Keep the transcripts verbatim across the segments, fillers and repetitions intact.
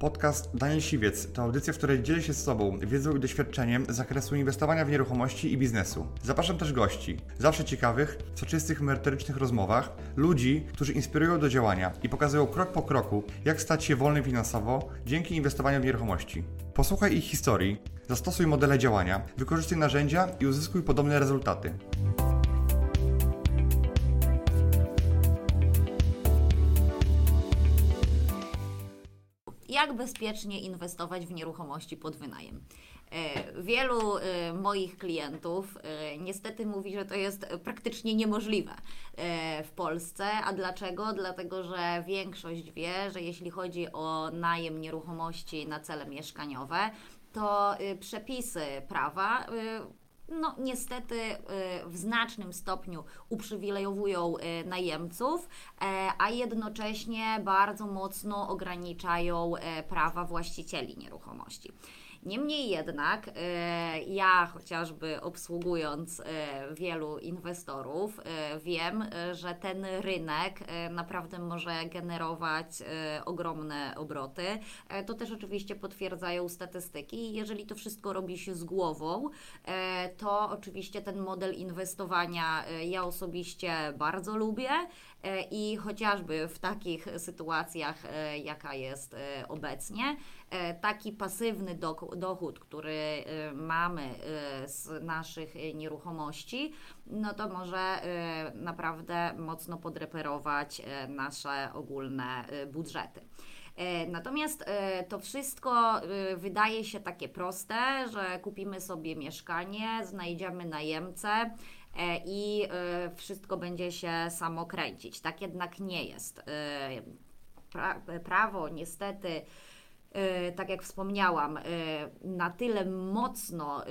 Podcast Daniel Siwiec to audycja, w której dzielę się z Tobą wiedzą i doświadczeniem z zakresu inwestowania w nieruchomości i biznesu. Zapraszam też gości, zawsze ciekawych, w soczystych, merytorycznych rozmowach, ludzi, którzy inspirują do działania i pokazują krok po kroku, jak stać się wolnym finansowo dzięki inwestowaniu w nieruchomości. Posłuchaj ich historii, zastosuj modele działania, wykorzystuj narzędzia i uzyskuj podobne rezultaty. Jak bezpiecznie inwestować w nieruchomości pod wynajem? Wielu moich klientów niestety mówi, że to jest praktycznie niemożliwe w Polsce. A dlaczego? Dlatego, że większość wie, że jeśli chodzi o najem nieruchomości na cele mieszkaniowe, to przepisy prawa no niestety w znacznym stopniu uprzywilejowują najemców, a jednocześnie bardzo mocno ograniczają prawa właścicieli nieruchomości. Niemniej jednak ja chociażby obsługując wielu inwestorów wiem, że ten rynek naprawdę może generować ogromne obroty. To też oczywiście potwierdzają statystyki. Jeżeli to wszystko robi się z głową, to oczywiście ten model inwestowania ja osobiście bardzo lubię i chociażby w takich sytuacjach, jaka jest obecnie, taki pasywny dochód, który mamy z naszych nieruchomości, no to może naprawdę mocno podreperować nasze ogólne budżety. Natomiast to wszystko wydaje się takie proste, że kupimy sobie mieszkanie, znajdziemy najemcę i wszystko będzie się samo kręcić. Tak jednak nie jest. Prawo niestety, tak jak wspomniałam, na tyle mocno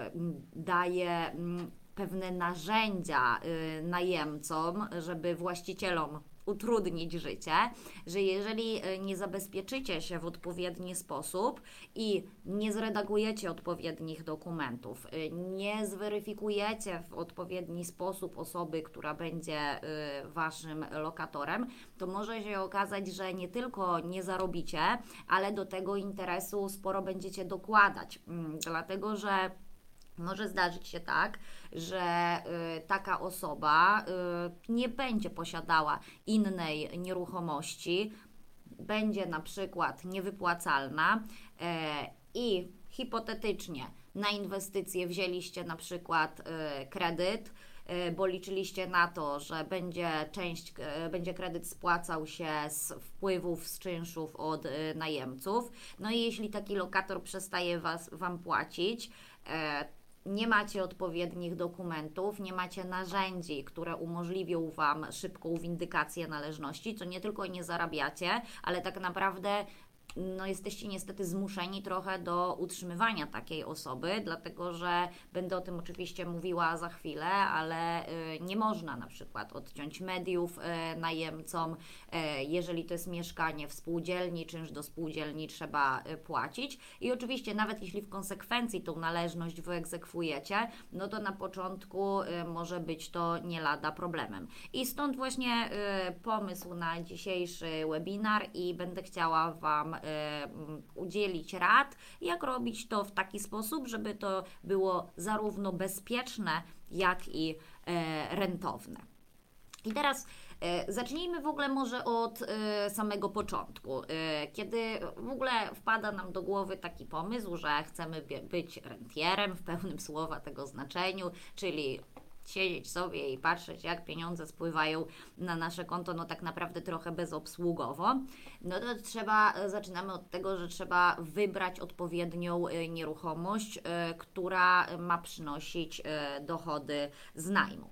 daje pewne narzędzia najemcom, żeby właścicielom utrudnić życie, że jeżeli nie zabezpieczycie się w odpowiedni sposób i nie zredagujecie odpowiednich dokumentów, nie zweryfikujecie w odpowiedni sposób osoby, która będzie waszym lokatorem, to może się okazać, że nie tylko nie zarobicie, ale do tego interesu sporo będziecie dokładać, dlatego że może zdarzyć się tak, że y, taka osoba y, nie będzie posiadała innej nieruchomości, będzie na przykład niewypłacalna y, i hipotetycznie na inwestycje wzięliście na przykład y, kredyt, y, bo liczyliście na to, że będzie część, y, będzie kredyt spłacał się z wpływów, z czynszów od y, najemców. No i jeśli taki lokator przestaje was, Wam płacić, y, nie macie odpowiednich dokumentów, nie macie narzędzi, które umożliwią Wam szybką windykację należności, co nie tylko nie zarabiacie, ale tak naprawdę no, jesteście niestety zmuszeni trochę do utrzymywania takiej osoby, dlatego że będę o tym oczywiście mówiła za chwilę, ale y, nie można na przykład odciąć mediów y, najemcom, y, jeżeli to jest mieszkanie w spółdzielni, czynsz do spółdzielni trzeba y, płacić i oczywiście nawet jeśli w konsekwencji tą należność wyegzekwujecie, no to na początku y, może być to nie lada problemem. I stąd właśnie y, pomysł na dzisiejszy webinar i będę chciała Wam y, udzielić rad, jak robić to w taki sposób, żeby to było zarówno bezpieczne, jak i e, rentowne. I teraz e, zacznijmy w ogóle może od e, samego początku, e, kiedy w ogóle wpada nam do głowy taki pomysł, że chcemy być rentierem w pełnym słowa tego znaczeniu, czyli siedzieć sobie i patrzeć, jak pieniądze spływają na nasze konto, no tak naprawdę trochę bezobsługowo, no to trzeba, zaczynamy od tego, że trzeba wybrać odpowiednią nieruchomość, która ma przynosić dochody z najmu.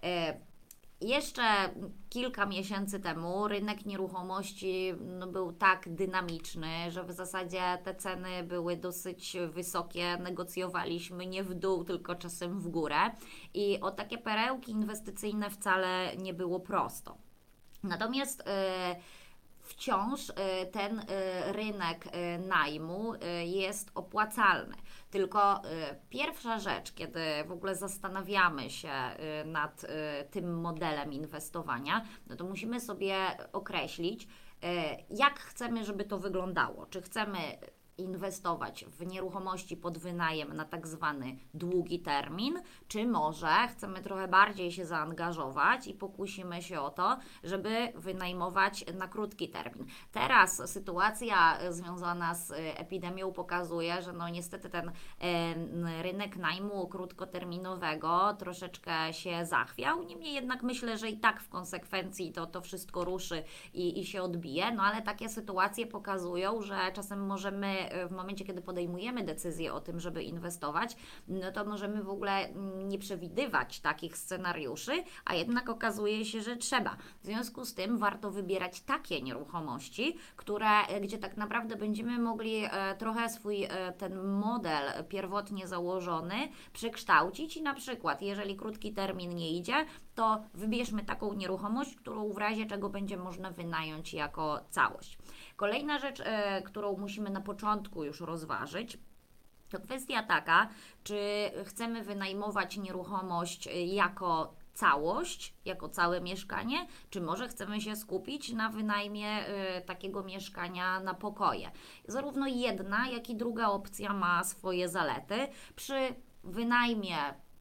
Jeszcze kilka miesięcy temu rynek nieruchomości no, był tak dynamiczny, że w zasadzie te ceny były dosyć wysokie, negocjowaliśmy nie w dół, tylko czasem w górę i o takie perełki inwestycyjne wcale nie było prosto. Natomiast yy, wciąż ten rynek najmu jest opłacalny. Tylko pierwsza rzecz, kiedy w ogóle zastanawiamy się nad tym modelem inwestowania, no to musimy sobie określić, Jak chcemy, żeby to wyglądało? Czy chcemy inwestować w nieruchomości pod wynajem na tak zwany długi termin, czy może chcemy trochę bardziej się zaangażować i pokusimy się o to, żeby wynajmować na krótki termin. Teraz sytuacja związana z epidemią pokazuje, że no niestety ten e, rynek najmu krótkoterminowego troszeczkę się zachwiał, niemniej jednak myślę, że i tak w konsekwencji to, to wszystko ruszy i, i się odbije, no ale takie sytuacje pokazują, że czasem możemy w momencie, kiedy podejmujemy decyzję o tym, żeby inwestować, no to możemy w ogóle nie przewidywać takich scenariuszy, a jednak okazuje się, że trzeba. W związku z tym warto wybierać takie nieruchomości, które, gdzie tak naprawdę będziemy mogli e, trochę swój e, ten model pierwotnie założony przekształcić i na przykład, jeżeli krótki termin nie idzie, to wybierzmy taką nieruchomość, którą w razie czego będzie można wynająć jako całość. Kolejna rzecz, e, którą musimy na początku już rozważyć, to kwestia taka, czy chcemy wynajmować nieruchomość jako całość, jako całe mieszkanie, czy może chcemy się skupić na wynajmie y, takiego mieszkania na pokoje. Zarówno jedna, jak i druga opcja ma swoje zalety. Przy wynajmie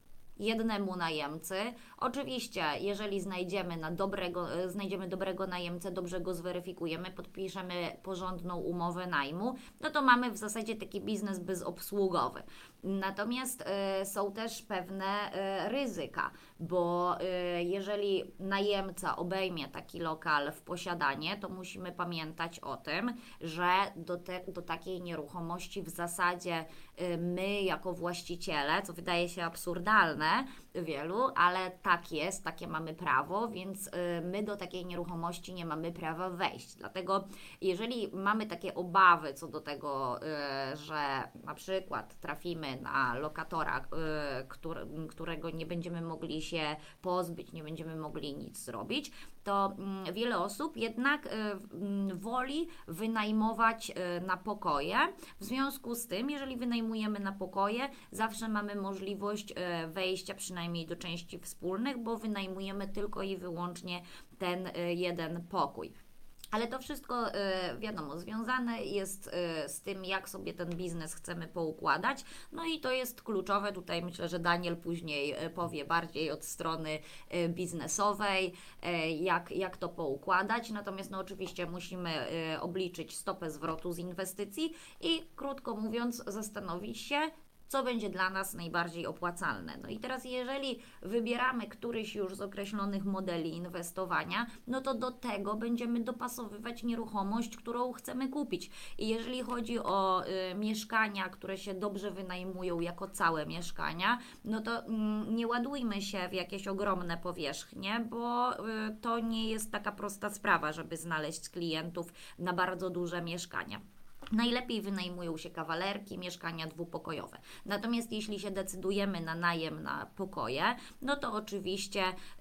jednemu najemcy. Oczywiście, jeżeli znajdziemy, na dobrego, znajdziemy dobrego najemcę, dobrze go zweryfikujemy, podpiszemy porządną umowę najmu, no to mamy w zasadzie taki biznes bezobsługowy. Natomiast y, są też pewne y, ryzyka, bo y, jeżeli najemca obejmie taki lokal w posiadanie, to musimy pamiętać o tym, że do, te, do takiej nieruchomości w zasadzie y, my jako właściciele, co wydaje się absurdalne wielu, ale tak jest, takie mamy prawo, więc y, my do takiej nieruchomości nie mamy prawa wejść. Dlatego jeżeli mamy takie obawy co do tego, y, że na przykład trafimy na lokatora, y, który, którego nie będziemy mogli się pozbyć, nie będziemy mogli nic zrobić, to y, wiele osób jednak y, y, woli wynajmować y, na pokoje. W związku z tym, jeżeli wynajmujemy na pokoje, zawsze mamy możliwość y, wejścia przynajmniej do części wspólnych, bo wynajmujemy tylko i wyłącznie ten y, jeden pokój. Ale to wszystko, wiadomo, związane jest z tym, jak sobie ten biznes chcemy poukładać. No i to jest kluczowe. Tutaj myślę, że Daniel później powie bardziej od strony biznesowej, jak, jak to poukładać. Natomiast no oczywiście musimy obliczyć stopę zwrotu z inwestycji i krótko mówiąc zastanowić się, co będzie dla nas najbardziej opłacalne. No i teraz jeżeli wybieramy któryś już z określonych modeli inwestowania, no to do tego będziemy dopasowywać nieruchomość, którą chcemy kupić. I jeżeli chodzi o y, mieszkania, które się dobrze wynajmują jako całe mieszkania, no to y, nie ładujmy się w jakieś ogromne powierzchnie, bo y, to nie jest taka prosta sprawa, żeby znaleźć klientów na bardzo duże mieszkania. Najlepiej wynajmują się kawalerki, mieszkania dwupokojowe. Natomiast jeśli się decydujemy na najem na pokoje, no to oczywiście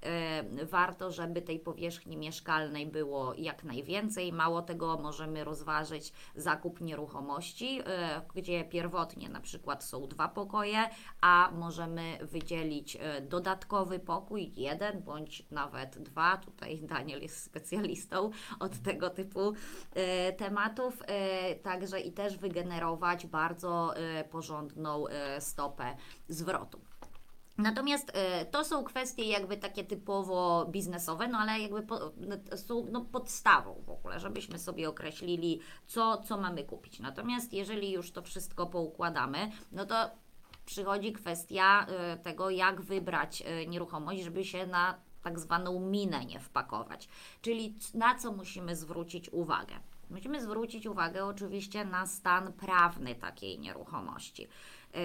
y, warto, żeby tej powierzchni mieszkalnej było jak najwięcej. Mało tego, możemy rozważyć zakup nieruchomości, y, gdzie pierwotnie na przykład są dwa pokoje, a możemy wydzielić y, dodatkowy pokój, jeden bądź nawet dwa. Tutaj Daniel jest specjalistą od tego typu y, tematów. Y, Także i też wygenerować bardzo y, porządną y, stopę zwrotu. Natomiast y, to są kwestie jakby takie typowo biznesowe, no ale jakby po, są no, podstawą w ogóle, żebyśmy sobie określili, co, co mamy kupić. Natomiast jeżeli już to wszystko poukładamy, no to przychodzi kwestia y, tego, jak wybrać y, nieruchomość, żeby się na tak zwaną minę nie wpakować. Czyli na co musimy zwrócić uwagę. Musimy zwrócić uwagę oczywiście na stan prawny takiej nieruchomości. Yy,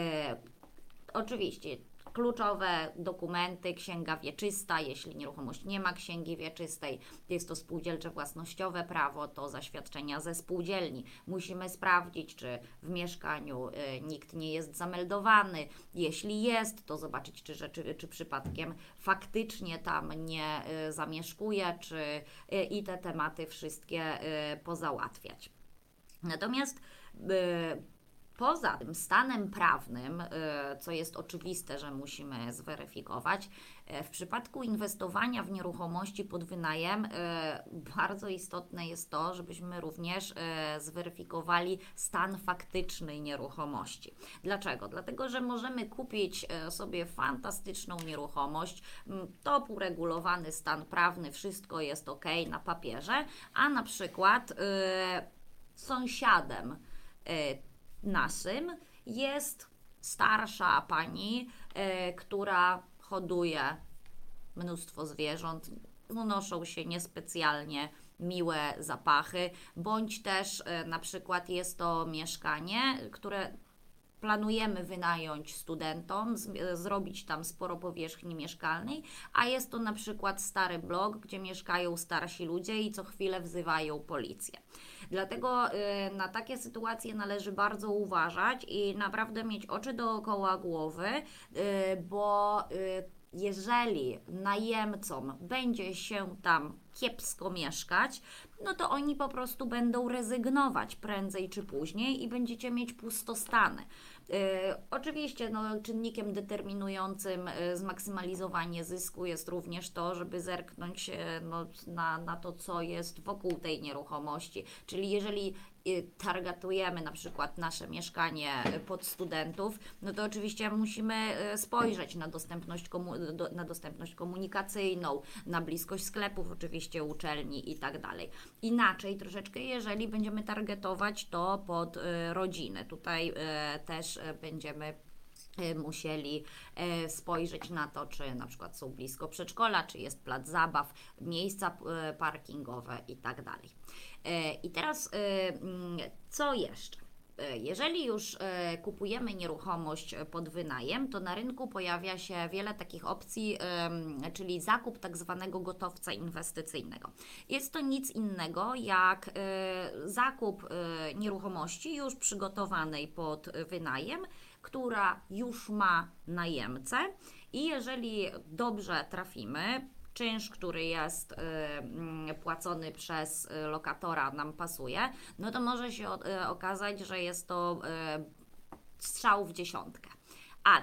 oczywiście kluczowe dokumenty, księga wieczysta, jeśli nieruchomość nie ma księgi wieczystej, jest to spółdzielcze własnościowe prawo, to zaświadczenia ze spółdzielni. Musimy sprawdzić, czy w mieszkaniu y, nikt nie jest zameldowany. Jeśli jest, to zobaczyć, czy, rzeczy, czy przypadkiem faktycznie tam nie y, zamieszkuje, czy y, i te tematy wszystkie y, pozałatwiać. Natomiast y, Poza tym stanem prawnym, co jest oczywiste, że musimy zweryfikować, w przypadku inwestowania w nieruchomości pod wynajem bardzo istotne jest to, żebyśmy również zweryfikowali stan faktycznej nieruchomości. Dlaczego? Dlatego, że możemy kupić sobie fantastyczną nieruchomość, top uregulowany stan prawny, wszystko jest ok na papierze, a na przykład sąsiadem naszym jest starsza pani, y, która hoduje mnóstwo zwierząt, unoszą się niespecjalnie miłe zapachy, bądź też y, na przykład jest to mieszkanie, które planujemy wynająć studentom, z, zrobić tam sporo powierzchni mieszkalnej, a jest to na przykład stary blok, gdzie mieszkają starsi ludzie i co chwilę wzywają policję. Dlatego y, na takie sytuacje należy bardzo uważać i naprawdę mieć oczy dookoła głowy, y, bo y, jeżeli najemcom będzie się tam kiepsko mieszkać, no to oni po prostu będą rezygnować prędzej czy później i będziecie mieć pustostany. Yy, oczywiście no, czynnikiem determinującym yy, zmaksymalizowanie zysku jest również to, żeby zerknąć yy, no, na, na to, co jest wokół tej nieruchomości. Czyli jeżeli yy, targetujemy na przykład nasze mieszkanie yy, pod studentów, no to oczywiście musimy yy, spojrzeć na dostępność, komu- do, na dostępność komunikacyjną, na bliskość sklepów, oczywiście uczelni i tak dalej. Inaczej troszeczkę, jeżeli będziemy targetować to pod y, rodziny. Tutaj y, też y, będziemy y, musieli y, spojrzeć na to, czy na przykład są blisko przedszkola, czy jest plac zabaw, miejsca y, parkingowe i tak dalej. Y, I teraz y, y, co jeszcze? Jeżeli już kupujemy nieruchomość pod wynajem, to na rynku pojawia się wiele takich opcji, czyli zakup tak zwanego gotowca inwestycyjnego. Jest to nic innego jak zakup nieruchomości już przygotowanej pod wynajem, która już ma najemcę i jeżeli dobrze trafimy, czynsz, który jest y, płacony przez lokatora nam pasuje, no to może się y, okazać, że jest to y, strzał w dziesiątkę. Ale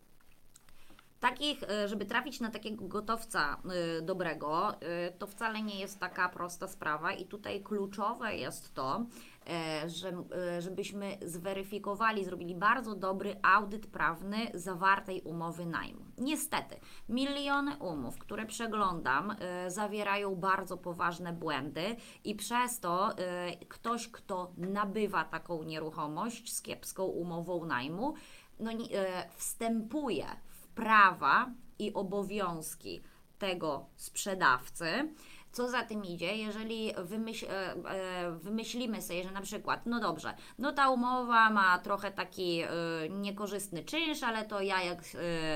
takich, y, żeby trafić na takiego gotowca y, dobrego, y, to wcale nie jest taka prosta sprawa i tutaj kluczowe jest to, Że, żebyśmy zweryfikowali, zrobili bardzo dobry audyt prawny zawartej umowy najmu. Niestety, miliony umów, które przeglądam, zawierają bardzo poważne błędy i przez to ktoś, kto nabywa taką nieruchomość z kiepską umową najmu, no, wstępuje w prawa i obowiązki tego sprzedawcy. Co za tym idzie, jeżeli wymyśl, wymyślimy sobie, że na przykład, no dobrze, no ta umowa ma trochę taki niekorzystny czynsz, ale to ja jak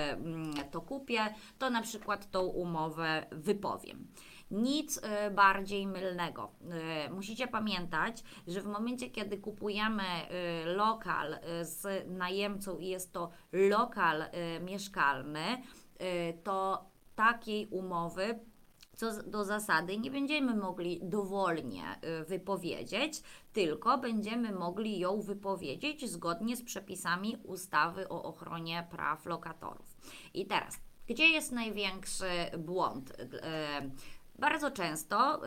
to kupię, to na przykład tą umowę wypowiem. Nic bardziej mylnego. Musicie pamiętać, że w momencie, kiedy kupujemy lokal z najemcą i jest to lokal mieszkalny, to takiej umowy co do zasady nie będziemy mogli dowolnie wypowiedzieć, tylko będziemy mogli ją wypowiedzieć zgodnie z przepisami ustawy o ochronie praw lokatorów. I teraz, gdzie jest największy błąd? Bardzo często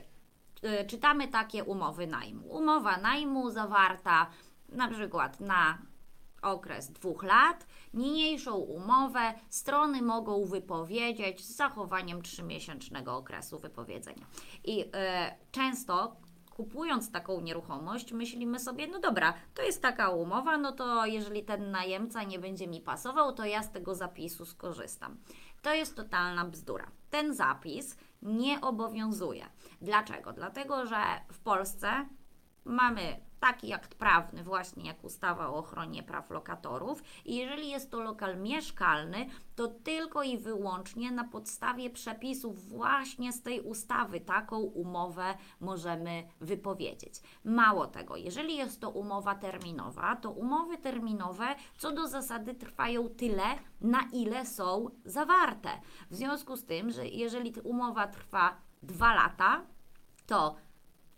czytamy takie umowy najmu. Umowa najmu zawarta na przykład na okres dwóch lat, niniejszą umowę strony mogą wypowiedzieć z zachowaniem trzymiesięcznego okresu wypowiedzenia. I y, często kupując taką nieruchomość myślimy sobie, no dobra, to jest taka umowa, no to jeżeli ten najemca nie będzie mi pasował, to ja z tego zapisu skorzystam. To jest totalna bzdura. Ten zapis nie obowiązuje. Dlaczego? Dlatego, że w Polsce mamy taki akt prawny właśnie jak ustawa o ochronie praw lokatorów i jeżeli jest to lokal mieszkalny, to tylko i wyłącznie na podstawie przepisów właśnie z tej ustawy taką umowę możemy wypowiedzieć. Mało tego, jeżeli jest to umowa terminowa, to umowy terminowe co do zasady trwają tyle, na ile są zawarte. W związku z tym, że jeżeli umowa trwa dwa lata, to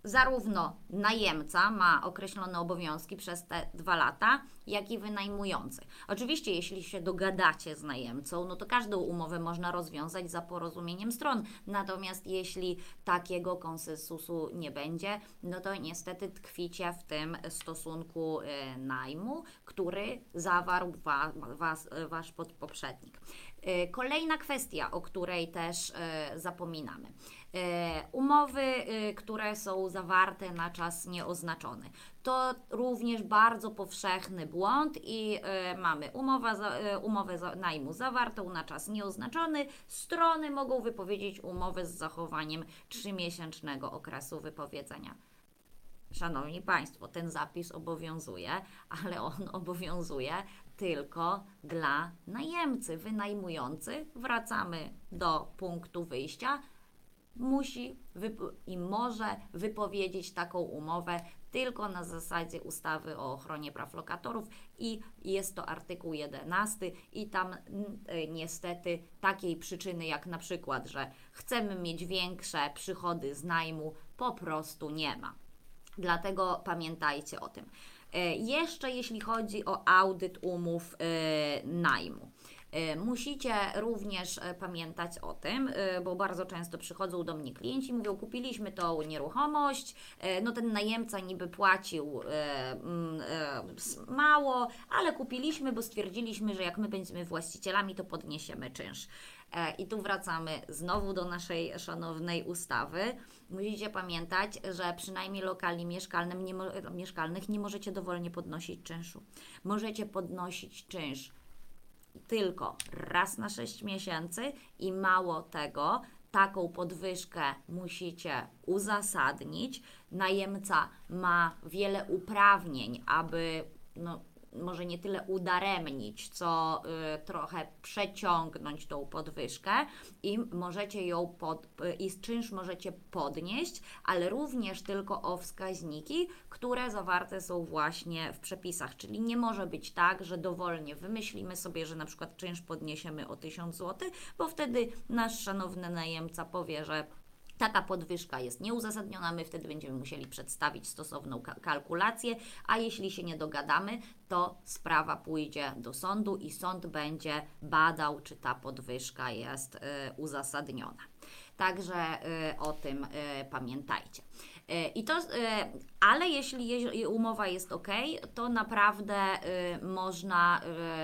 zarówno najemca ma określone obowiązki przez te dwa lata, jak i wynajmujący. Oczywiście, jeśli się dogadacie z najemcą, no to każdą umowę można rozwiązać za porozumieniem stron. Natomiast jeśli takiego konsensusu nie będzie, no to niestety tkwicie w tym stosunku y, najmu, który zawarł wa, was, wasz pod, poprzednik. Y, kolejna kwestia, o której też y, zapominamy. Y, umowy, y, które są zawarte na czas nieoznaczony. To również bardzo powszechny błąd i y, mamy umowę, za, y, umowę za, najmu zawartą na czas nieoznaczony. Strony mogą wypowiedzieć umowę z zachowaniem trzymiesięcznego okresu wypowiedzenia. Szanowni Państwo, ten zapis obowiązuje, ale on obowiązuje tylko dla najemcy. Wynajmujący, wracamy do punktu wyjścia, musi i może wypowiedzieć taką umowę tylko na zasadzie ustawy o ochronie praw lokatorów i jest to artykuł jedenasty i tam y, niestety takiej przyczyny jak na przykład, że chcemy mieć większe przychody z najmu, po prostu nie ma. Dlatego pamiętajcie o tym. Y, jeszcze jeśli chodzi o audyt umów y, najmu. Musicie również pamiętać o tym, bo bardzo często przychodzą do mnie klienci i mówią, kupiliśmy tą nieruchomość, no ten najemca niby płacił mało, ale kupiliśmy, bo stwierdziliśmy, że jak my będziemy właścicielami, to podniesiemy czynsz. I tu wracamy znowu do naszej szanownej ustawy. Musicie pamiętać, że przynajmniej lokali mieszkalnym nie, mieszkalnych nie możecie dowolnie podnosić czynszu. Możecie podnosić czynsz tylko raz na sześć miesięcy i mało tego, taką podwyżkę musicie uzasadnić. Najemca ma wiele uprawnień, aby no, może nie tyle udaremnić, co y, trochę przeciągnąć tą podwyżkę i możecie ją pod, y, i czynsz możecie podnieść, ale również tylko o wskaźniki, które zawarte są właśnie w przepisach, czyli nie może być tak, że dowolnie wymyślimy sobie, że na przykład czynsz podniesiemy o tysiąc złotych, bo wtedy nasz szanowny najemca powie, że taka podwyżka jest nieuzasadniona, my wtedy będziemy musieli przedstawić stosowną ka- kalkulację, a jeśli się nie dogadamy, to sprawa pójdzie do sądu i sąd będzie badał, czy ta podwyżka jest y, uzasadniona. Także y, o tym y, pamiętajcie. Y, I to, y, ale jeśli, jeśli umowa jest ok, to naprawdę y, można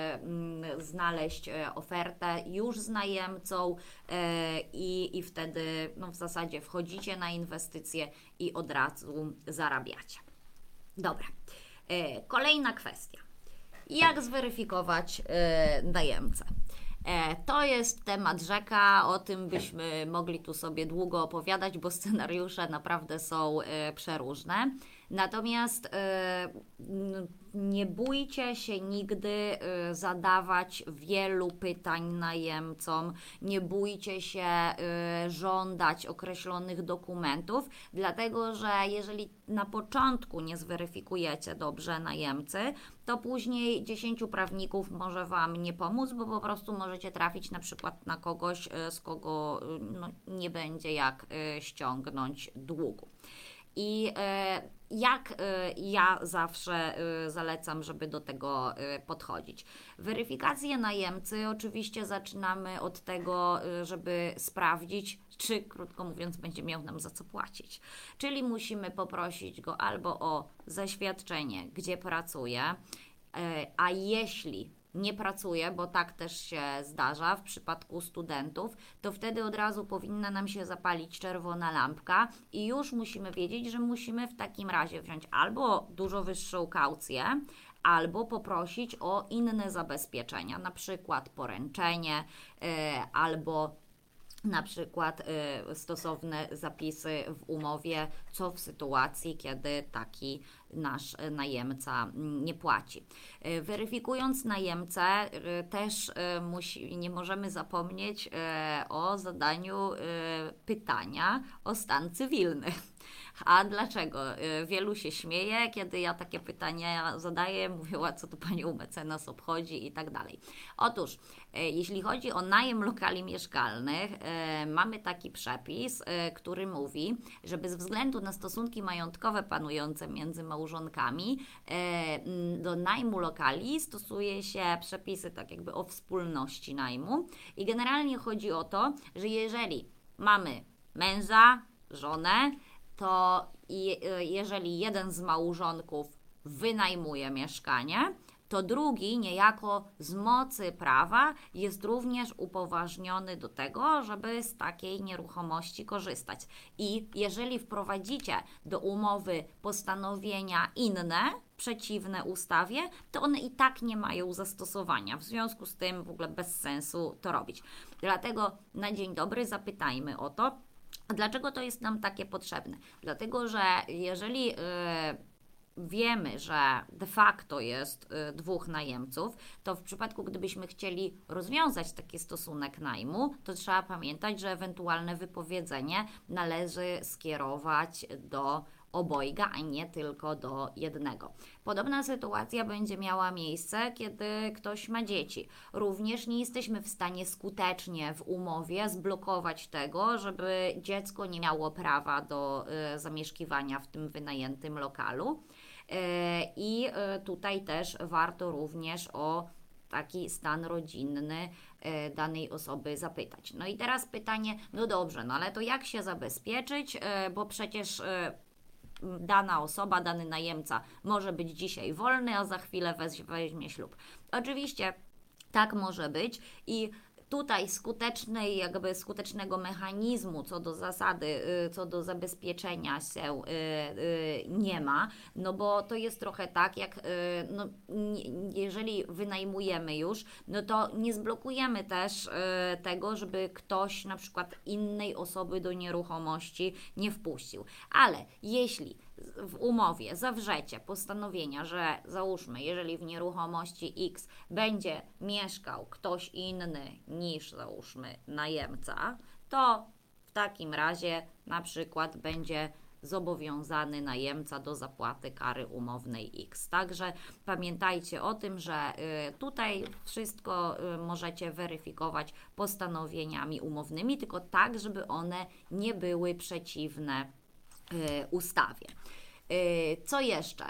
y, y, znaleźć y, ofertę już z najemcą y, i, i wtedy no, w zasadzie wchodzicie na inwestycje i od razu zarabiacie. Dobra. Y, kolejna kwestia. Jak zweryfikować y, najemcę? To jest temat rzeka, o tym byśmy mogli tu sobie długo opowiadać, bo scenariusze naprawdę są e, przeróżne. Natomiast e, nie bójcie się nigdy e, zadawać wielu pytań najemcom, nie bójcie się e, żądać określonych dokumentów, dlatego że jeżeli na początku nie zweryfikujecie dobrze najemcy, to później dziesięciu prawników może Wam nie pomóc, bo po prostu możecie trafić na przykład na kogoś, z kogo no, nie będzie jak ściągnąć długu. I jak ja zawsze zalecam, żeby do tego podchodzić? Weryfikację najemcy oczywiście zaczynamy od tego, żeby sprawdzić, czy krótko mówiąc będzie miał nam za co płacić. Czyli musimy poprosić go albo o zaświadczenie, gdzie pracuje, a jeśli nie pracuje, bo tak też się zdarza w przypadku studentów, to wtedy od razu powinna nam się zapalić czerwona lampka i już musimy wiedzieć, że musimy w takim razie wziąć albo dużo wyższą kaucję, albo poprosić o inne zabezpieczenia, na przykład poręczenie, yy, albo na przykład y, stosowne zapisy w umowie, co w sytuacji, kiedy taki nasz najemca nie płaci. Y, weryfikując najemcę, y, też y, musi, nie możemy zapomnieć y, o zadaniu y, pytania o stan cywilny. A dlaczego? Y, Wielu się śmieje, kiedy ja takie pytania zadaję, mówią, a co to panią mecenas obchodzi i tak dalej. Otóż, y, jeśli chodzi o najem lokali mieszkalnych, y, mamy taki przepis, y, który mówi, że bez względu na stosunki majątkowe panujące między małżonkami, y, do najmu lokali stosuje się przepisy tak jakby o wspólności najmu i generalnie chodzi o to, że jeżeli mamy męża, żonę, to jeżeli jeden z małżonków wynajmuje mieszkanie, to drugi niejako z mocy prawa jest również upoważniony do tego, żeby z takiej nieruchomości korzystać. I jeżeli wprowadzicie do umowy postanowienia inne, przeciwne ustawie, to one i tak nie mają zastosowania. W związku z tym w ogóle bez sensu to robić. Dlatego na dzień dobry zapytajmy o to, a dlaczego to jest nam takie potrzebne? Dlatego, że jeżeli yy, wiemy, że de facto jest y, dwóch najemców, to w przypadku, gdybyśmy chcieli rozwiązać taki stosunek najmu, to trzeba pamiętać, że ewentualne wypowiedzenie należy skierować do obojga, a nie tylko do jednego. Podobna sytuacja będzie miała miejsce, kiedy ktoś ma dzieci. Również nie jesteśmy w stanie skutecznie w umowie zblokować tego, żeby dziecko nie miało prawa do y, zamieszkiwania w tym wynajętym lokalu. I tutaj też warto również o taki stan rodzinny danej osoby zapytać. No i teraz pytanie, no dobrze, no ale to jak się zabezpieczyć, bo przecież dana osoba, dany najemca może być dzisiaj wolny, a za chwilę weźmie ślub. Oczywiście tak może być i tutaj skutecznej, jakby skutecznego mechanizmu co do zasady, co do zabezpieczenia się nie ma, no bo to jest trochę tak, jak no, jeżeli wynajmujemy już, no to nie zblokujemy też tego, żeby ktoś na przykład innej osoby do nieruchomości nie wpuścił. Ale jeśli w umowie zawrzecie postanowienia, że załóżmy, jeżeli w nieruchomości X będzie mieszkał ktoś inny niż załóżmy najemca, to w takim razie na przykład będzie zobowiązany najemca do zapłaty kary umownej X. Także pamiętajcie o tym, że y, tutaj wszystko y, możecie weryfikować postanowieniami umownymi, tylko tak, żeby one nie były przeciwne ustawie. Co jeszcze?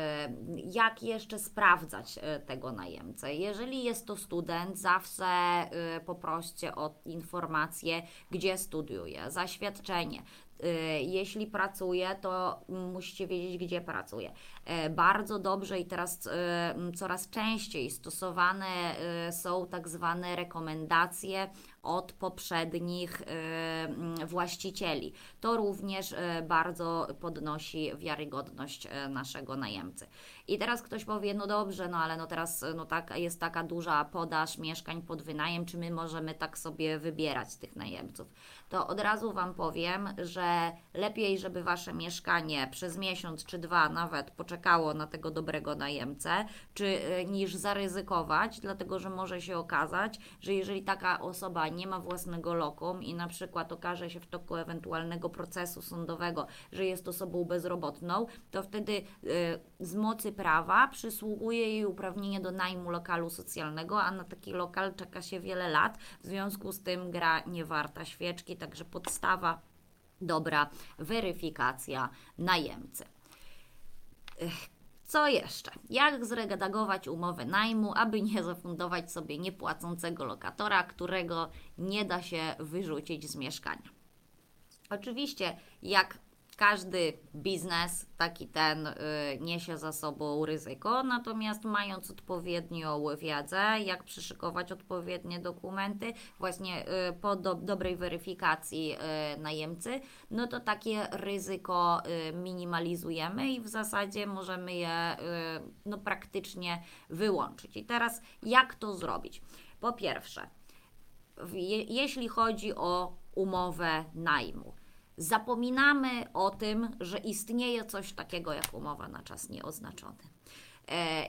Jak jeszcze sprawdzać tego najemcę? Jeżeli jest to student, zawsze poproście o informację, gdzie studiuje, zaświadczenie. Jeśli pracuje, to musicie wiedzieć, gdzie pracuje. Bardzo dobrze i teraz coraz częściej stosowane są tak zwane rekomendacje od poprzednich właścicieli. To również bardzo podnosi wiarygodność naszego najemcy. I teraz ktoś powie, no dobrze, no ale no teraz no tak, jest taka duża podaż mieszkań pod wynajem, czy my możemy tak sobie wybierać tych najemców? To od razu Wam powiem, że lepiej, żeby Wasze mieszkanie przez miesiąc czy dwa nawet poczekało na tego dobrego najemcę, czy niż zaryzykować, dlatego że może się okazać, że jeżeli taka osoba nie ma własnego lokum i na przykład okaże się w toku ewentualnego procesu sądowego, że jest osobą bezrobotną, to wtedy y, z mocy prawa przysługuje jej uprawnienie do najmu lokalu socjalnego, a na taki lokal czeka się wiele lat, w związku z tym gra nie warta świeczki, także podstawa dobra weryfikacja najemcy. Co jeszcze? Jak zredagować umowę najmu, aby nie zafundować sobie niepłacącego lokatora, którego nie da się wyrzucić z mieszkania? Oczywiście, jak każdy biznes, taki ten y, niesie za sobą ryzyko, natomiast mając odpowiednią wiedzę, jak przyszykować odpowiednie dokumenty, właśnie y, po do, dobrej weryfikacji y, najemcy, no to takie ryzyko y, minimalizujemy i w zasadzie możemy je y, no, praktycznie wyłączyć. I teraz jak to zrobić? Po pierwsze, je, jeśli chodzi o umowę najmu, zapominamy o tym, że istnieje coś takiego jak umowa na czas nieoznaczony.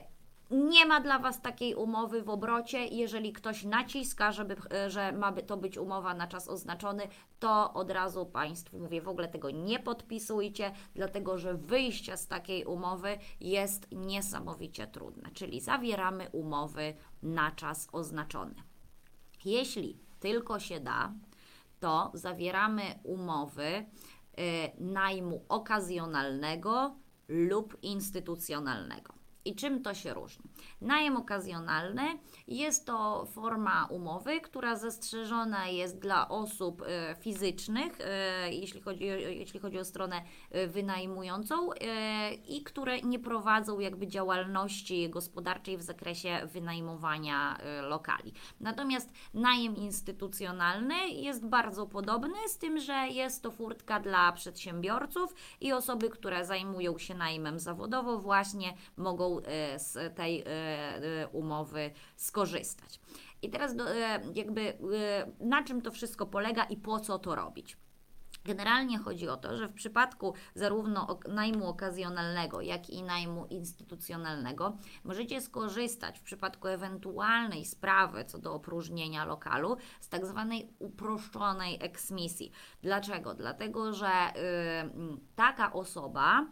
nie ma dla Was takiej umowy w obrocie. Jeżeli ktoś naciska, żeby, że ma to być umowa na czas oznaczony, to od razu Państwu mówię, w ogóle tego nie podpisujcie, dlatego że wyjście z takiej umowy jest niesamowicie trudne. Czyli zawieramy umowy na czas oznaczony. Jeśli tylko się da, to zawieramy umowy y, najmu okazjonalnego lub instytucjonalnego. I czym to się różni? Najem okazjonalny jest to forma umowy, która zastrzeżona jest dla osób e, fizycznych, e, jeśli chodzi, jeśli chodzi o stronę e, wynajmującą e, i które nie prowadzą jakby działalności gospodarczej w zakresie wynajmowania e, lokali. Natomiast najem instytucjonalny jest bardzo podobny, z tym, że jest to furtka dla przedsiębiorców i osoby, które zajmują się najmem zawodowo, właśnie mogą z tej umowy skorzystać. I teraz do, jakby na czym to wszystko polega i po co to robić? Generalnie chodzi o to, że w przypadku zarówno najmu okazjonalnego, jak i najmu instytucjonalnego możecie skorzystać w przypadku ewentualnej sprawy co do opróżnienia lokalu z tak zwanej uproszczonej eksmisji. Dlaczego? Dlatego, że yy, taka osoba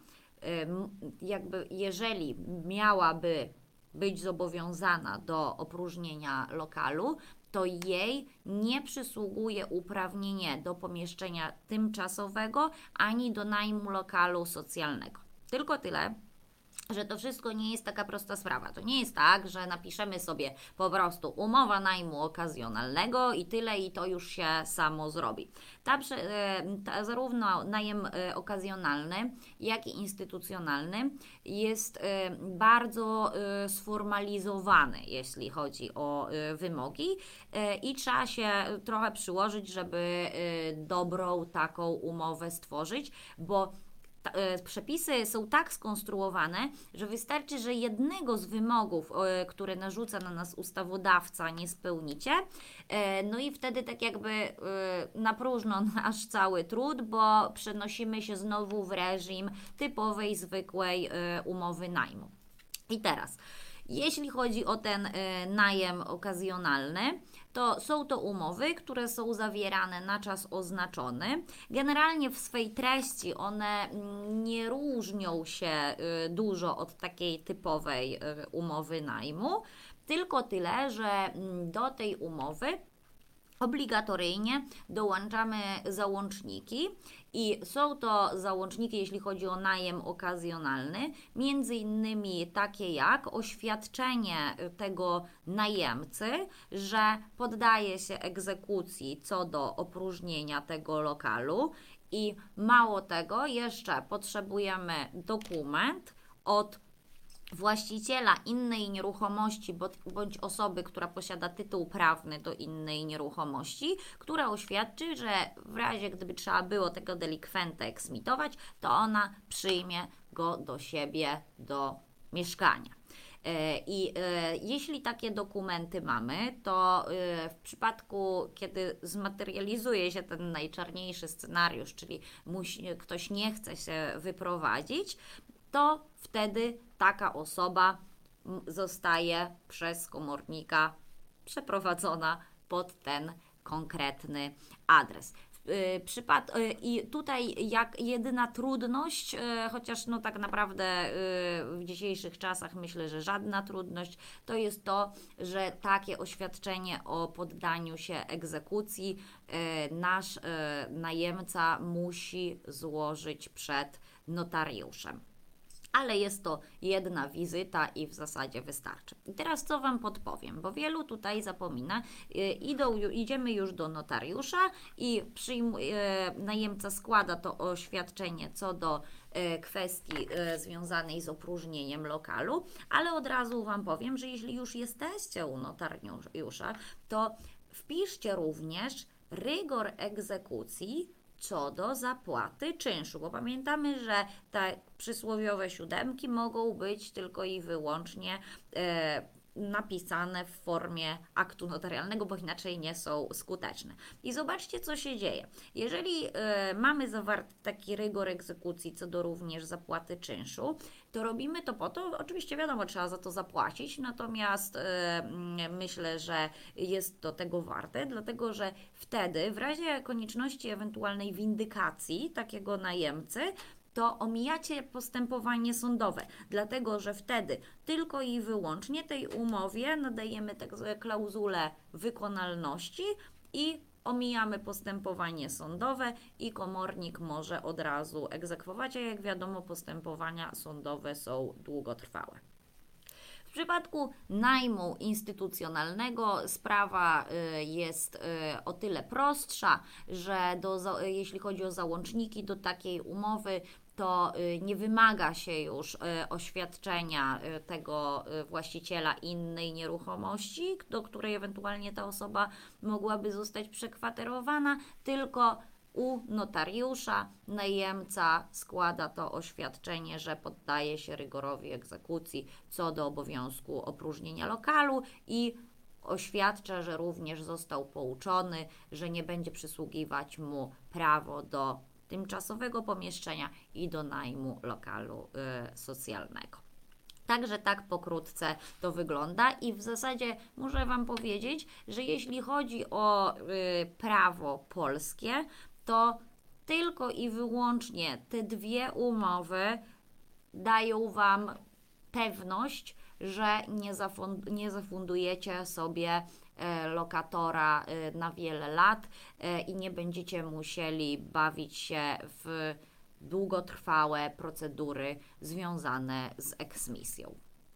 jakby jeżeli miałaby być zobowiązana do opróżnienia lokalu, to jej nie przysługuje uprawnienie do pomieszczenia tymczasowego ani do najmu lokalu socjalnego. Tylko tyle, że to wszystko nie jest taka prosta sprawa. To nie jest tak, że napiszemy sobie po prostu umowa najmu okazjonalnego i tyle i to już się samo zrobi. Ta, ta, zarówno najem okazjonalny, jak i instytucjonalny jest bardzo sformalizowany, jeśli chodzi o wymogi i trzeba się trochę przyłożyć, żeby dobrą taką umowę stworzyć, bo przepisy są tak skonstruowane, że wystarczy, że jednego z wymogów, które narzuca na nas ustawodawca, nie spełnicie, no i wtedy tak jakby na próżno nasz cały trud, bo przenosimy się znowu w reżim typowej, zwykłej umowy najmu. I teraz, jeśli chodzi o ten najem okazjonalny, to są to umowy, które są zawierane na czas oznaczony. Generalnie w swej treści one nie różnią się dużo od takiej typowej umowy najmu, tylko tyle, że do tej umowy obligatoryjnie dołączamy załączniki i są to załączniki, jeśli chodzi o najem okazjonalny, między innymi takie jak oświadczenie tego najemcy, że poddaje się egzekucji co do opróżnienia tego lokalu i mało tego, jeszcze potrzebujemy dokument od właściciela innej nieruchomości bądź osoby, która posiada tytuł prawny do innej nieruchomości, która oświadczy, że w razie gdyby trzeba było tego delikwenta eksmitować, to ona przyjmie go do siebie do mieszkania. I jeśli takie dokumenty mamy, to w przypadku, kiedy zmaterializuje się ten najczarniejszy scenariusz, czyli musi, ktoś nie chce się wyprowadzić, to wtedy taka osoba zostaje przez komornika przeprowadzona pod ten konkretny adres. Przypad I tutaj jak jedyna trudność, chociaż no tak naprawdę w dzisiejszych czasach myślę, że żadna trudność, to jest to, że takie oświadczenie o poddaniu się egzekucji nasz najemca musi złożyć przed notariuszem. Ale jest to jedna wizyta i w zasadzie wystarczy. I teraz co Wam podpowiem, bo wielu tutaj zapomina, idą, idziemy już do notariusza i przyjmuje, najemca składa to oświadczenie co do kwestii związanej z opróżnieniem lokalu, ale od razu Wam powiem, że jeśli już jesteście u notariusza, to wpiszcie również rygor egzekucji co do zapłaty czynszu, bo pamiętamy, że te przysłowiowe siódemki mogą być tylko i wyłącznie e, napisane w formie aktu notarialnego, bo inaczej nie są skuteczne. I zobaczcie, co się dzieje. Jeżeli y, mamy zawarty taki rygor egzekucji co do również zapłaty czynszu, to robimy to po to, oczywiście wiadomo, trzeba za to zapłacić, natomiast y, myślę, że jest to tego warte, dlatego że wtedy w razie konieczności ewentualnej windykacji takiego najemcy, to omijacie postępowanie sądowe, dlatego że wtedy tylko i wyłącznie tej umowie nadajemy tak zwane klauzulę wykonalności i omijamy postępowanie sądowe i komornik może od razu egzekwować, a jak wiadomo, postępowania sądowe są długotrwałe. W przypadku najmu instytucjonalnego sprawa jest o tyle prostsza, że do, jeśli chodzi o załączniki do takiej umowy, to nie wymaga się już oświadczenia tego właściciela innej nieruchomości, do której ewentualnie ta osoba mogłaby zostać przekwaterowana, tylko u notariusza najemca składa to oświadczenie, że poddaje się rygorowi egzekucji co do obowiązku opróżnienia lokalu i oświadcza, że również został pouczony, że nie będzie przysługiwać mu prawo do tymczasowego pomieszczenia i do najmu lokalu y, socjalnego. Także tak pokrótce to wygląda i w zasadzie muszę Wam powiedzieć, że jeśli chodzi o y, prawo polskie, to tylko i wyłącznie te dwie umowy dają Wam pewność, że nie, zafund- nie zafundujecie sobie e, lokatora e, na wiele lat e, i nie będziecie musieli bawić się w długotrwałe procedury związane z eksmisją.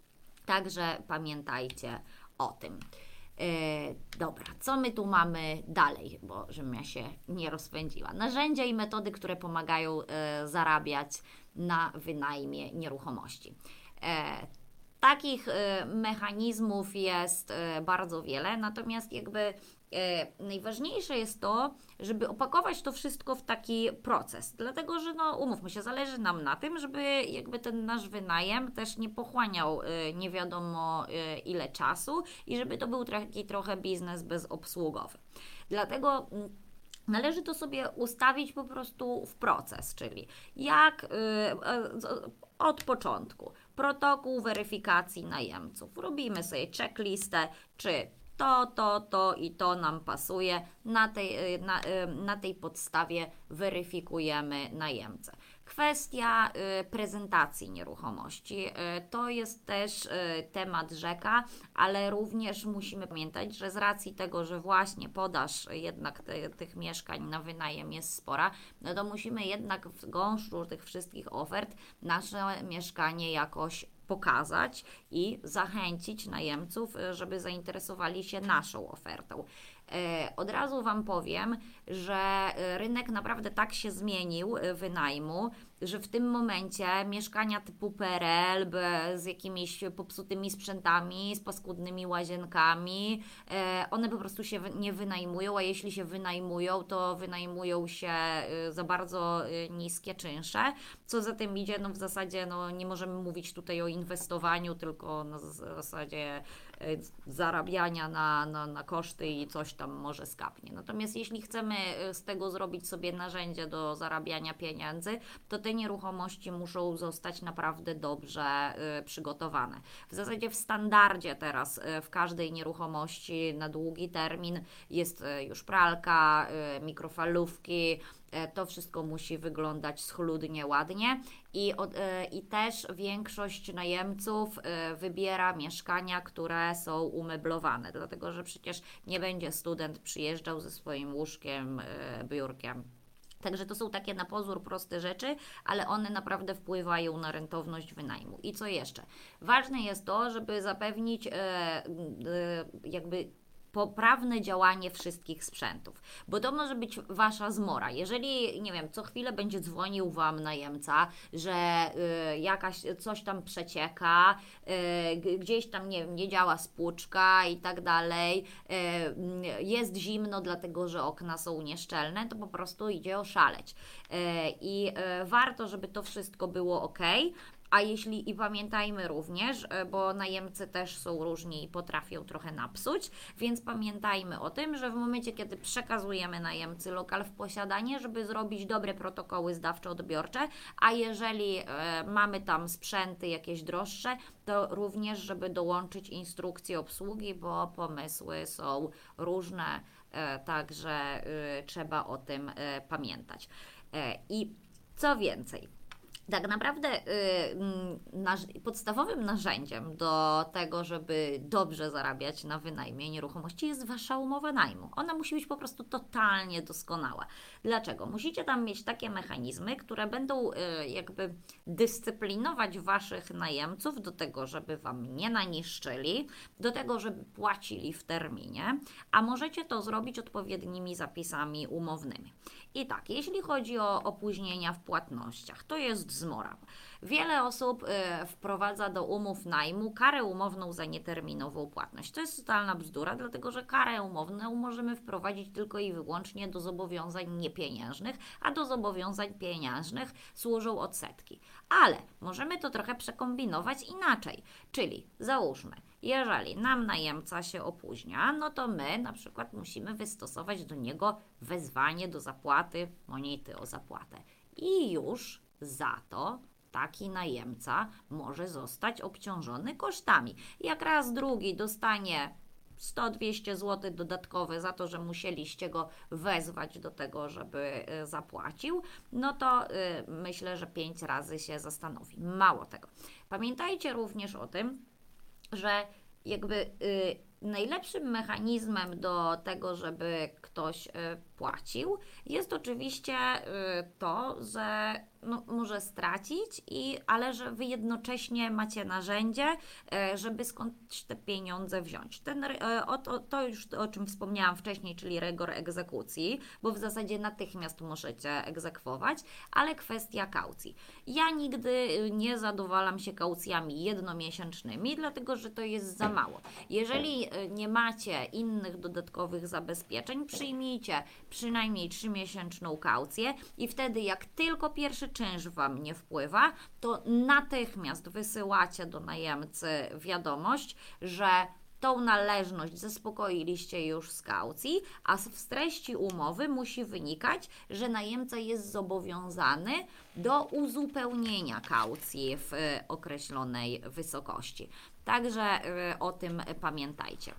Także pamiętajcie o tym. E, dobra, co my tu mamy dalej, bo żebym ja się nie rozpędziła. Narzędzia i metody, które pomagają e, zarabiać na wynajmie nieruchomości. E, Takich y, mechanizmów jest y, bardzo wiele, natomiast jakby y, najważniejsze jest to, żeby opakować to wszystko w taki proces, dlatego że no umówmy się, zależy nam na tym, żeby jakby ten nasz wynajem też nie pochłaniał y, nie wiadomo y, ile czasu i żeby to był taki trochę biznes bezobsługowy. Dlatego y, należy to sobie ustawić po prostu w proces, czyli jak y, y, od początku protokół weryfikacji najemców. Robimy sobie checklistę, czy to, to, to i to nam pasuje. Na tej, na, na tej podstawie weryfikujemy najemcę. Kwestia y, prezentacji nieruchomości. Y, to jest też y, temat rzeka, ale również musimy pamiętać, że z racji tego, że właśnie podaż jednak te, tych mieszkań na wynajem jest spora, no to musimy jednak w gąszczu tych wszystkich ofert nasze mieszkanie jakoś pokazać i zachęcić najemców, żeby zainteresowali się naszą ofertą. Od razu Wam powiem, że rynek naprawdę tak się zmienił wynajmu, że w tym momencie mieszkania typu P R L z jakimiś popsutymi sprzętami, z paskudnymi łazienkami, one po prostu się nie wynajmują, a jeśli się wynajmują, to wynajmują się za bardzo niskie czynsze. Co za tym idzie, no w zasadzie no, nie możemy mówić tutaj o inwestowaniu, tylko na zasadzie zarabiania na, na, na koszty i coś tam może skapnie. Natomiast jeśli chcemy z tego zrobić sobie narzędzie do zarabiania pieniędzy, to te nieruchomości muszą zostać naprawdę dobrze y, przygotowane. W zasadzie w standardzie teraz y, w każdej nieruchomości na długi termin jest y, już pralka, y, mikrofalówki, to wszystko musi wyglądać schludnie, ładnie i, od, i też większość najemców wybiera mieszkania, które są umeblowane, dlatego że przecież nie będzie student przyjeżdżał ze swoim łóżkiem, biurkiem. Także to są takie na pozór proste rzeczy, ale one naprawdę wpływają na rentowność wynajmu. I co jeszcze? Ważne jest to, żeby zapewnić e, e, jakby poprawne działanie wszystkich sprzętów, bo to może być Wasza zmora. Jeżeli, nie wiem, co chwilę będzie dzwonił Wam najemca, że y, jakaś coś tam przecieka, y, gdzieś tam, nie wiem, nie działa spłuczka i tak dalej, y, jest zimno dlatego, że okna są nieszczelne, to po prostu idzie oszaleć. Y, I y, warto, żeby to wszystko było ok. A jeśli, i pamiętajmy również, bo najemcy też są różni i potrafią trochę napsuć, więc pamiętajmy o tym, że w momencie, kiedy przekazujemy najemcy lokal w posiadanie, żeby zrobić dobre protokoły zdawczo-odbiorcze, a jeżeli e, mamy tam sprzęty jakieś droższe, to również, żeby dołączyć instrukcję obsługi, bo pomysły są różne, e, także e, trzeba o tym e, pamiętać. E, I co więcej, tak naprawdę y, nasz, podstawowym narzędziem do tego, żeby dobrze zarabiać na wynajmie nieruchomości jest Wasza umowa najmu. Ona musi być po prostu totalnie doskonała. Dlaczego? Musicie tam mieć takie mechanizmy, które będą y, jakby dyscyplinować Waszych najemców do tego, żeby Wam nie naniszczyli, do tego, żeby płacili w terminie, a możecie to zrobić odpowiednimi zapisami umownymi. I tak, jeśli chodzi o opóźnienia w płatnościach, to jest zmora. Wiele osób y, wprowadza do umów najmu karę umowną za nieterminową płatność. To jest totalna bzdura, dlatego że karę umowną możemy wprowadzić tylko i wyłącznie do zobowiązań niepieniężnych, a do zobowiązań pieniężnych służą odsetki. Ale możemy to trochę przekombinować inaczej, czyli załóżmy, jeżeli nam najemca się opóźnia, no to my na przykład musimy wystosować do niego wezwanie do zapłaty monety o zapłatę. I już za to taki najemca może zostać obciążony kosztami. Jak raz drugi dostanie sto dwieście złotych dodatkowe za to, że musieliście go wezwać do tego, żeby zapłacił, no to y, myślę, że pięć razy się zastanowi. Mało tego. Pamiętajcie również o tym, że jakby y, najlepszym mechanizmem do tego, żeby ktoś y, płacił, jest oczywiście y, to, że no, może stracić, i, ale że Wy jednocześnie macie narzędzie, y, żeby skądś te pieniądze wziąć. Ten, y, o, to, to już o czym wspomniałam wcześniej, czyli rygor egzekucji, bo w zasadzie natychmiast możecie egzekwować, ale kwestia kaucji. Ja nigdy nie zadowalam się kaucjami jednomiesięcznymi, dlatego że to jest za mało. Jeżeli nie macie innych dodatkowych zabezpieczeń, przyjmijcie przynajmniej trzymiesięczną kaucję i wtedy jak tylko pierwszy czynsz Wam nie wpływa, to natychmiast wysyłacie do najemcy wiadomość, że tą należność zaspokoiliście już z kaucji, a z treści umowy musi wynikać, że najemca jest zobowiązany do uzupełnienia kaucji w określonej wysokości. Także o tym pamiętajcie.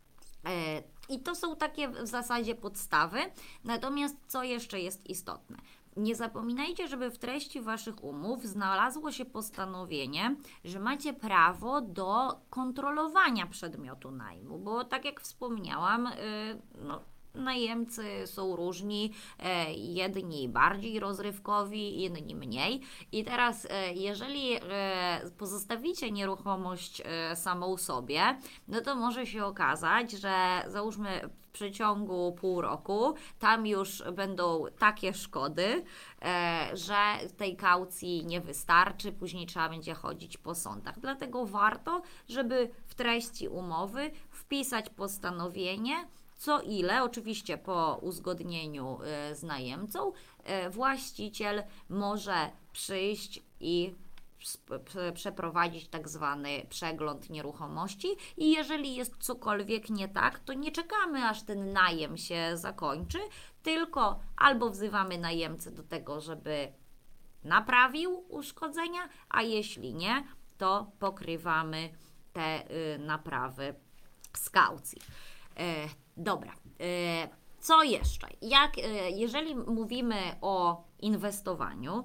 I to są takie w zasadzie podstawy. Natomiast co jeszcze jest istotne? Nie zapominajcie, żeby w treści Waszych umów znalazło się postanowienie, że macie prawo do kontrolowania przedmiotu najmu, bo tak jak wspomniałam, yy, no, najemcy są różni, e, jedni bardziej rozrywkowi, inni mniej. I teraz, e, jeżeli e, pozostawicie nieruchomość e, samą sobie, no to może się okazać, że załóżmy w przeciągu pół roku tam już będą takie szkody, e, że tej kaucji nie wystarczy, później trzeba będzie chodzić po sądach. Dlatego warto, żeby w treści umowy wpisać postanowienie, co ile, oczywiście po uzgodnieniu y, z najemcą, y, właściciel może przyjść i przeprowadzić tak zwany przegląd nieruchomości i jeżeli jest cokolwiek nie tak, to nie czekamy, aż ten najem się zakończy, tylko albo wzywamy najemcę do tego, żeby naprawił uszkodzenia, a jeśli nie, to pokrywamy te y, naprawy z kaucji. E, dobra, e, co jeszcze? Jak, e, jeżeli mówimy o inwestowaniu,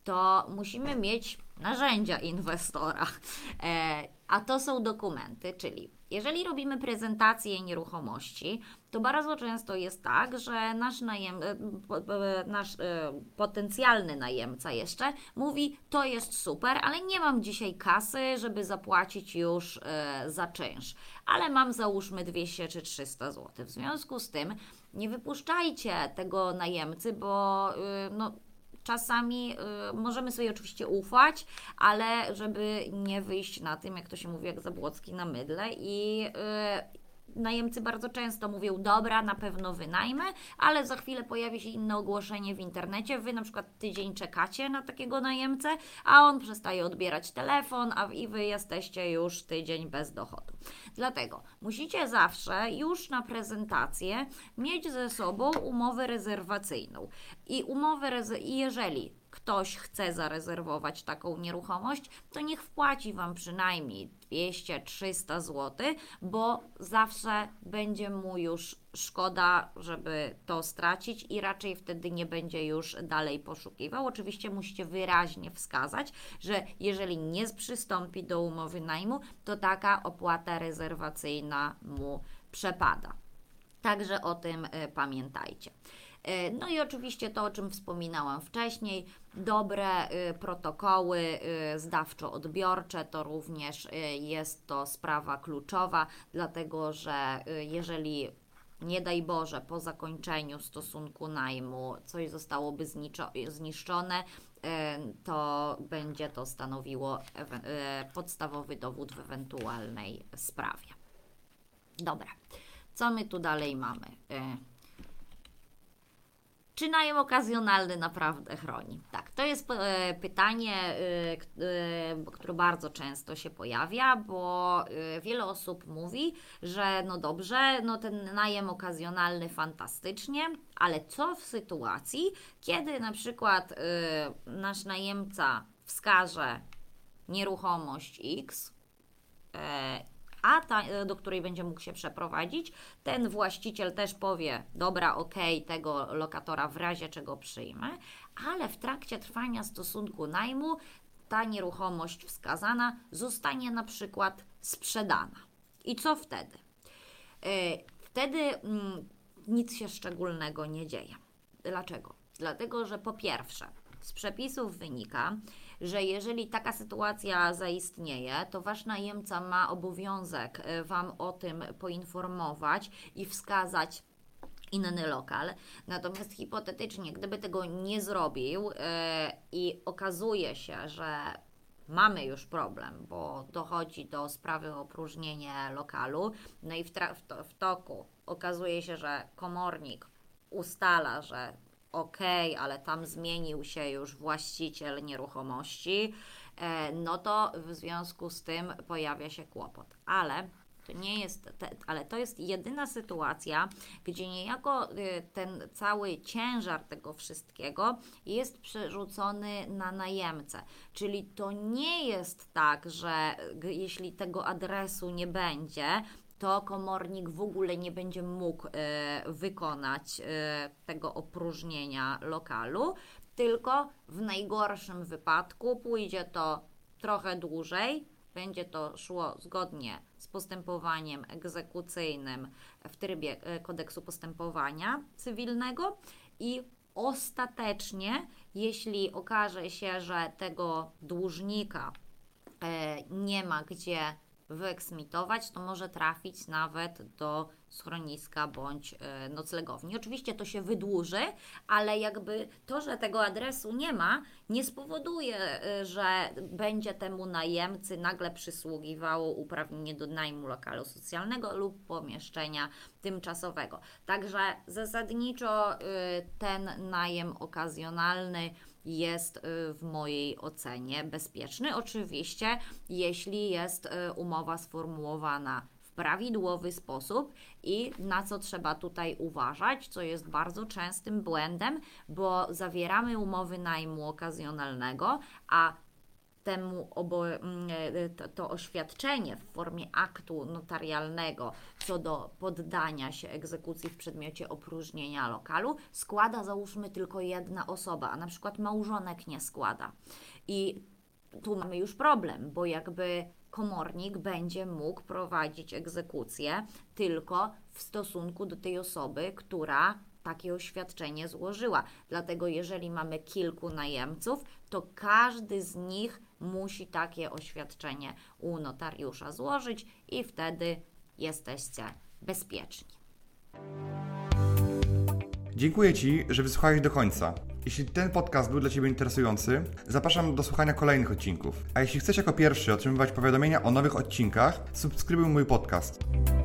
to musimy mieć narzędzia inwestora, e, a to są dokumenty, czyli jeżeli robimy prezentację nieruchomości, to bardzo często jest tak, że nasz, najem, nasz potencjalny najemca jeszcze mówi, to jest super, ale nie mam dzisiaj kasy, żeby zapłacić już za czynsz, ale mam załóżmy dwieście czy trzysta złotych. W związku z tym nie wypuszczajcie tego najemcy, bo no, czasami y, możemy sobie oczywiście ufać, ale żeby nie wyjść na tym, jak to się mówi, jak Zabłocki na mydle i y, najemcy bardzo często mówią, dobra, na pewno wynajmę, ale za chwilę pojawi się inne ogłoszenie w internecie, wy na przykład tydzień czekacie na takiego najemcę, a on przestaje odbierać telefon, a i wy jesteście już tydzień bez dochodu. Dlatego musicie zawsze już na prezentację mieć ze sobą umowę rezerwacyjną. I umowę reze- i jeżeli ktoś chce zarezerwować taką nieruchomość, to niech wpłaci Wam przynajmniej dwieście trzysta złotych, bo zawsze będzie mu już szkoda, żeby to stracić i raczej wtedy nie będzie już dalej poszukiwał. Oczywiście musicie wyraźnie wskazać, że jeżeli nie przystąpi do umowy najmu, to taka opłata rezerwacyjna mu przepada. Także o tym y, pamiętajcie. No i oczywiście to, o czym wspominałam wcześniej, dobre y, protokoły y, zdawczo-odbiorcze to również y, jest to sprawa kluczowa, dlatego że y, jeżeli nie daj Boże po zakończeniu stosunku najmu coś zostałoby zniczo- zniszczone, y, to będzie to stanowiło ewe- y, podstawowy dowód w ewentualnej sprawie. Dobra, co my tu dalej mamy? Y, Czy najem okazjonalny naprawdę chroni? Tak, to jest e, pytanie, e, e, które bardzo często się pojawia, bo e, wiele osób mówi, że no dobrze, no ten najem okazjonalny fantastycznie, ale co w sytuacji, kiedy na przykład e, nasz najemca wskaże nieruchomość X, e, a ta, do której będzie mógł się przeprowadzić, ten właściciel też powie, dobra, okej, okay, tego lokatora w razie czego przyjmę, ale w trakcie trwania stosunku najmu ta nieruchomość wskazana zostanie na przykład sprzedana. I co wtedy? Yy, wtedy mm, nic się szczególnego nie dzieje. Dlaczego? Dlatego, że po pierwsze, z przepisów wynika, że jeżeli taka sytuacja zaistnieje, to Wasz najemca ma obowiązek Wam o tym poinformować i wskazać inny lokal. Natomiast hipotetycznie, gdyby tego nie zrobił yy, i okazuje się, że mamy już problem, bo dochodzi do sprawy o opróżnienie lokalu, no i w, tra- w, to- w toku okazuje się, że komornik ustala, że okej, okay, ale tam zmienił się już właściciel nieruchomości, no to w związku z tym pojawia się kłopot. Ale to nie jest, te, ale to jest jedyna sytuacja, gdzie niejako ten cały ciężar tego wszystkiego jest przerzucony na najemcę. Czyli to nie jest tak, że jeśli tego adresu nie będzie, to komornik w ogóle nie będzie mógł y, wykonać y, tego opróżnienia lokalu, tylko w najgorszym wypadku pójdzie to trochę dłużej, będzie to szło zgodnie z postępowaniem egzekucyjnym w trybie y, kodeksu postępowania cywilnego i ostatecznie, jeśli okaże się, że tego dłużnika y, nie ma gdzie wyeksmitować, to może trafić nawet do schroniska bądź y, noclegowni. Oczywiście to się wydłuży, ale jakby to, że tego adresu nie ma, nie spowoduje, y, że będzie temu najemcy nagle przysługiwało uprawnienie do najmu lokalu socjalnego lub pomieszczenia tymczasowego. Także zasadniczo y, ten najem okazjonalny jest w mojej ocenie bezpieczny. Oczywiście, jeśli jest umowa sformułowana w prawidłowy sposób i na co trzeba tutaj uważać, co jest bardzo częstym błędem, bo zawieramy umowy najmu okazjonalnego, a temu obo, to, to oświadczenie w formie aktu notarialnego co do poddania się egzekucji w przedmiocie opróżnienia lokalu składa załóżmy tylko jedna osoba, a na przykład małżonek nie składa. I tu mamy już problem, bo jakby komornik będzie mógł prowadzić egzekucję tylko w stosunku do tej osoby, która takie oświadczenie złożyła. Dlatego jeżeli mamy kilku najemców, to każdy z nich musi takie oświadczenie u notariusza złożyć i wtedy jesteście bezpieczni. Dziękuję Ci, że wysłuchałeś do końca. Jeśli ten podcast był dla Ciebie interesujący, zapraszam do słuchania kolejnych odcinków. A jeśli chcesz jako pierwszy otrzymywać powiadomienia o nowych odcinkach, subskrybuj mój podcast.